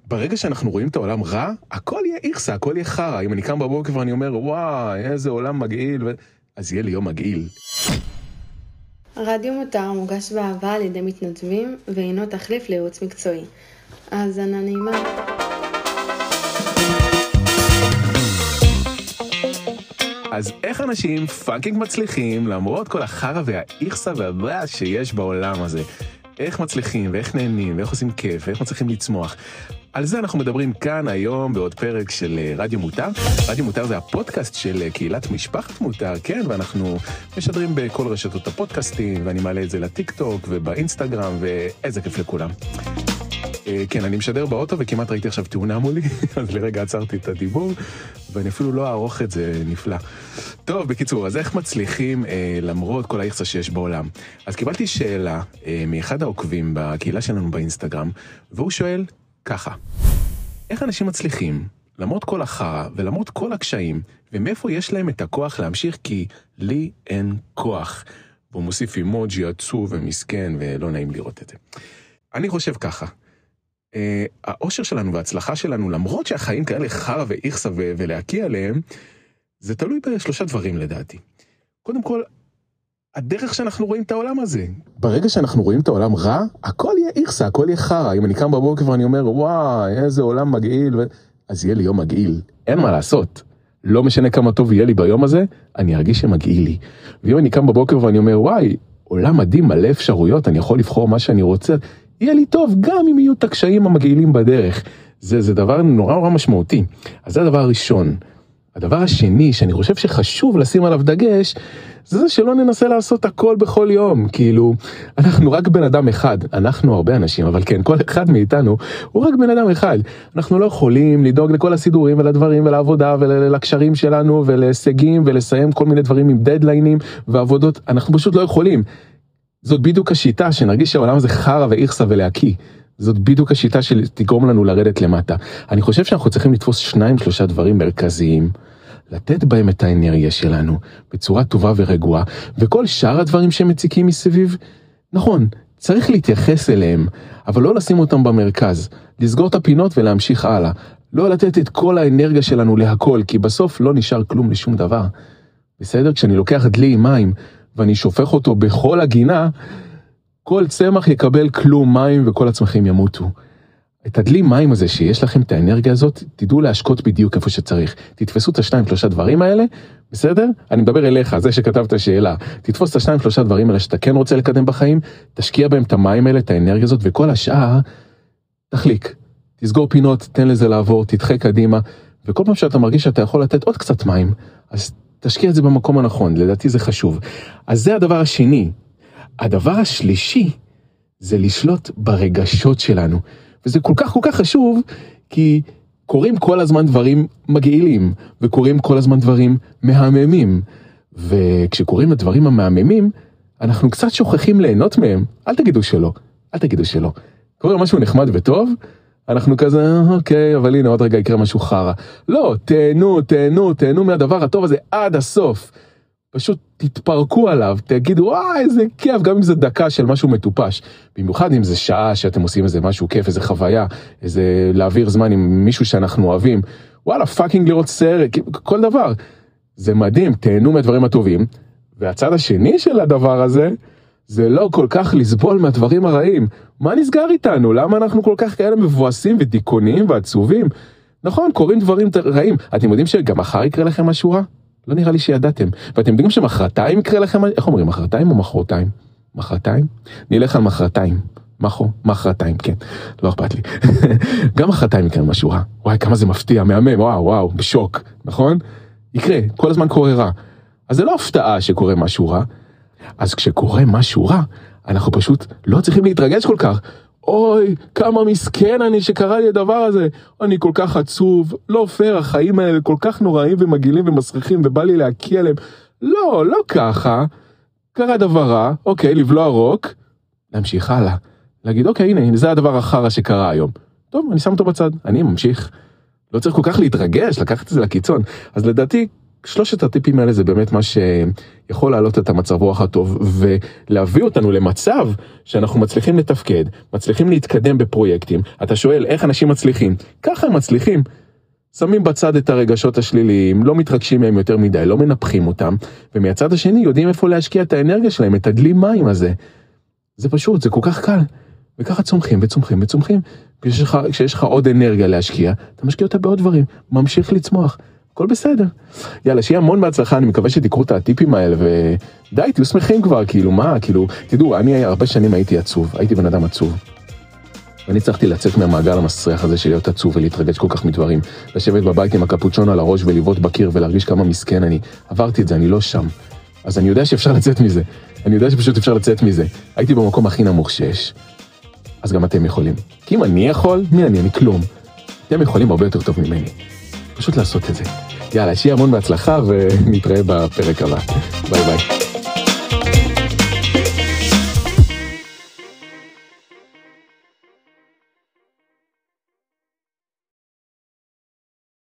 ברגע שאנחנו רואים את העולם רע, הכל יהיה איכסה, הכל יהיה חרה. אם אני קם בבוקר ואני אומר, וואי, איזה עולם מגעיל, אז יהיה לי יום מגעיל. רדיו מותר מוגש באהבה על ידי מתנדבים, ואינו תחליף לייעוץ מקצועי. האזנה נעימה. אז איך אנשים פאקינג מצליחים, למרות כל החרה והאיכסה והבעיה שיש בעולם הזה? איך מצליחים ואיך נהנים ואיך עושים כיף ואיך מצליחים לצמוח? על זה אנחנו מדברים כאן היום בעוד פרק של רדיו מותר. רדיו מותר זה הפודקאסט של קהילת משפחת מותר, כן, ואנחנו משדרים בכל רשתות הפודקאסטים, ואני מעלה את זה לטיק טוק ובאינסטגרם, ואיזה כיף לכולם. כן, אני משדר באוטו וכמעט ראיתי עכשיו תאונה מולי, אז לרגע עצרתי את הדיבור, ואני אפילו לא אערוך את זה, נפלא. טוב, בקיצור, אז איך מצליחים למרות כל האיכסה שיש בעולם? אז קיבלתי שאלה מאחד העוקבים בקהילה שלנו באינסטגרם, והוא שואל ככה: איך אנשים מצליחים למרות כל החרה ולמרות כל הקשיים, ומאיפה יש להם את הכוח להמשיך? כי לי אין כוח. והוא מוסיף אימוג'י עצוב ומסכן ולא נעים לראות את זה. אני חושב ככה: האושר שלנו וההצלחה שלנו, למרות שהחיים כאלה חרה ואיכסה ולהקיע עליהם, זה תלוי בשלושה דברים לדעתי. קודם כל, הדרך שאנחנו רואים את העולם הזה. ברגע שאנחנו רואים את העולם רע, הכל יהיה איכסה, הכל יהיה חרה. אם אני קם בבוקר ואני אומר, וואי, איזה עולם מגעיל, אז יהיה לי יום מגעיל. אין מה לעשות. לא משנה כמה טוב יהיה לי ביום הזה, אני ארגיש שמגעיל לי. ואם אני קם בבוקר ואני אומר, וואי, עולם מדהים, מלא אפשרויות, אני יכול לבחור מה שאני רוצה, יהיה לי טוב, גם אם יהיו את הקשיים המגעילים בדרך. זה דבר נורא משמעותי. אז זה הדבר הראשון. הדבר השני שאני חושב שחשוב לשים עליו דגש, זה שלא ננסה לעשות הכל בכל יום. כאילו, אנחנו רק בן אדם אחד. אנחנו הרבה אנשים, אבל כן, כל אחד מאיתנו הוא רק בן אדם אחד. אנחנו לא יכולים לדאוג לכל הסידורים ולדברים ולעבודה ולקשרים שלנו ולהישגים ולסיים כל מיני דברים עם דדליינים ועבודות. אנחנו פשוט לא יכולים. זאת בדיוק השיטה שנרגיש שהעולם הזה חרה ואיכסה ולהקיא. זאת בדיוק השיטה שתגרום לנו לרדת למטה. אני חושב שאנחנו צריכים לתפוס 2-3 דברים מרכזיים, לתת בהם את האנרגיה שלנו בצורה טובה ורגועה, וכל שאר הדברים שמציקים מסביב, נכון, צריך להתייחס אליהם, אבל לא לשים אותם במרכז, לסגור את הפינות ולהמשיך הלאה. לא לתת את כל האנרגיה שלנו להכל, כי בסוף לא נשאר כלום לשום דבר. בסדר? כשאני לוקח דלי עם מים ואני שופך אותו בכל הגינה, כל צמח יקבל כלום מים וכל הצמחים ימותו. את הדלי מים הזה שיש לכם את האנרגיה הזאת, תדעו להשקות בדיוק איפה שצריך. תתפסו את 2-3 דברים האלה, בסדר? אני מדבר אליך, זה שכתב את השאלה. תתפוס את 2-3 דברים האלה שאתה כן רוצה לקדם בחיים, תשקיע בהם את המים האלה, את האנרגיה הזאת, וכל השאר, תחליק. תסגור פינות, תן לזה לעבור, תדחה קדימה, וכל פעם שאתה מרגיש שאתה יכול לתת עוד קצת מים, אז תשקיע את זה במקום הנכון, לדעתי זה חשוב. אז זה הדבר השני. הדבר השלישי זה לשלוט ברגשות שלנו. וזה כל כך חשוב, כי קוראים כל הזמן דברים מגעילים, וקוראים כל הזמן דברים מהממים. וכשקוראים הדברים המהממים, אנחנו קצת שוכחים ליהנות מהם. אל תגידו שלא. קוראים משהו נחמד וטוב, אנחנו כזה, אוקיי, אבל הנה עוד רגע יקרה משהו חרה. לא, תהנו מהדבר הטוב הזה עד הסוף. פשוט תתפרקו עליו, תגידו, וואי, איזה כיף, גם אם זה דקה של משהו מטופש. במיוחד אם זה שעה שאתם עושים איזה משהו כיף, איזה חוויה, איזה להעביר זמן עם מישהו שאנחנו אוהבים. וואלה, פאקינג לראות סרט, כל דבר. זה מדהים, תהנו מהדברים הטובים. והצד השני של הדבר הזה, זה לא כל כך לסבול מהדברים הרעים. מה נסגר איתנו? למה אנחנו כל כך כאלה מבואסים ודיכאוניים ועצובים? נכון, קוראים דברים רעים. אתם יודעים שגם מחר יקרה לכם משהו רע? לא נראה לי שידעתם. ואתם יודעים שמחרתיים יקרה לכם, איך אומרים, מחרתיים או מחרתיים? מחרתיים? נלך על מחרתיים. מחרתיים, כן. לא אכפת לי. גם מחרתיים יקרה משהו רע. וואי, כמה זה מפתיע, מהמם, וואו, בשוק, נכון? יקרה, כל הזמן קורה רע. אז זה לא הפתעה שקורה משהו רע. אז כשקורה משהו רע, אנחנו פשוט לא צריכים להתרגש כל כך. אוי, כמה מסכן אני שקרה לי הדבר הזה. אני כל כך עצוב, לא פייר, החיים האלה כל כך נוראים ומגעילים ומסריחים ובא לי להקיע עליהם. לא ככה. קרה דבר רע, אוקיי, לבלוע רוק, להמשיך הלאה. להגיד, אוקיי, הנה, זה הדבר החרא שקרה היום. טוב, אני שם אותו בצד, אני ממשיך. לא צריך כל כך להתרגש, לקחת את זה לקיצון. אז לדעתי, שלושת הטיפים האלה זה באמת מה שיכול להעלות את המצב רוח הטוב, ולהביא אותנו למצב שאנחנו מצליחים לתפקד, מצליחים להתקדם בפרויקטים. אתה שואל איך אנשים מצליחים? ככה הם מצליחים. שמים בצד את הרגשות השליליים, לא מתרגשים מהם יותר מדי, לא מנפחים אותם, ומהצד השני יודעים איפה להשקיע את האנרגיה שלהם, את הדלי מים הזה. זה פשוט, זה כל כך קל. וככה צומחים וצומחים וצומחים. כשיש לך עוד אנרגיה להשקיע, אתה משקיע אותה בעוד דברים, ממשיך לצמוח. הכל בסדר. יאללה, שיהיה המון בהצלחה, אני מקווה שתקראו את הטיפים האלה, ודי, תהיו שמחים כבר, כאילו, מה, כאילו, תדעו, אני הרבה שנים הייתי עצוב, הייתי בן אדם עצוב. ואני צריכתי לצאת מהמעגל המסריח הזה של להיות עצוב ולהתרגש כל כך מדברים. לשבת בבית עם הקפוצ'ון על הראש ולבעוט בקיר ולהרגיש כמה מסכן אני. עברתי את זה, אני לא שם. אז אני יודע שאפשר לצאת מזה. אני יודע שפשוט אפשר לצאת מזה. הייתי במקום הכי נמוך שיש. אז גם אתם יכולים. כי אם אני יכול, מי אני כלום. אתם יכולים הרבה יותר טוב ממני. פשוט לעשות את זה. יאללה, שיהיה המון בהצלחה ונתראה בפרק הבא. ביי ביי.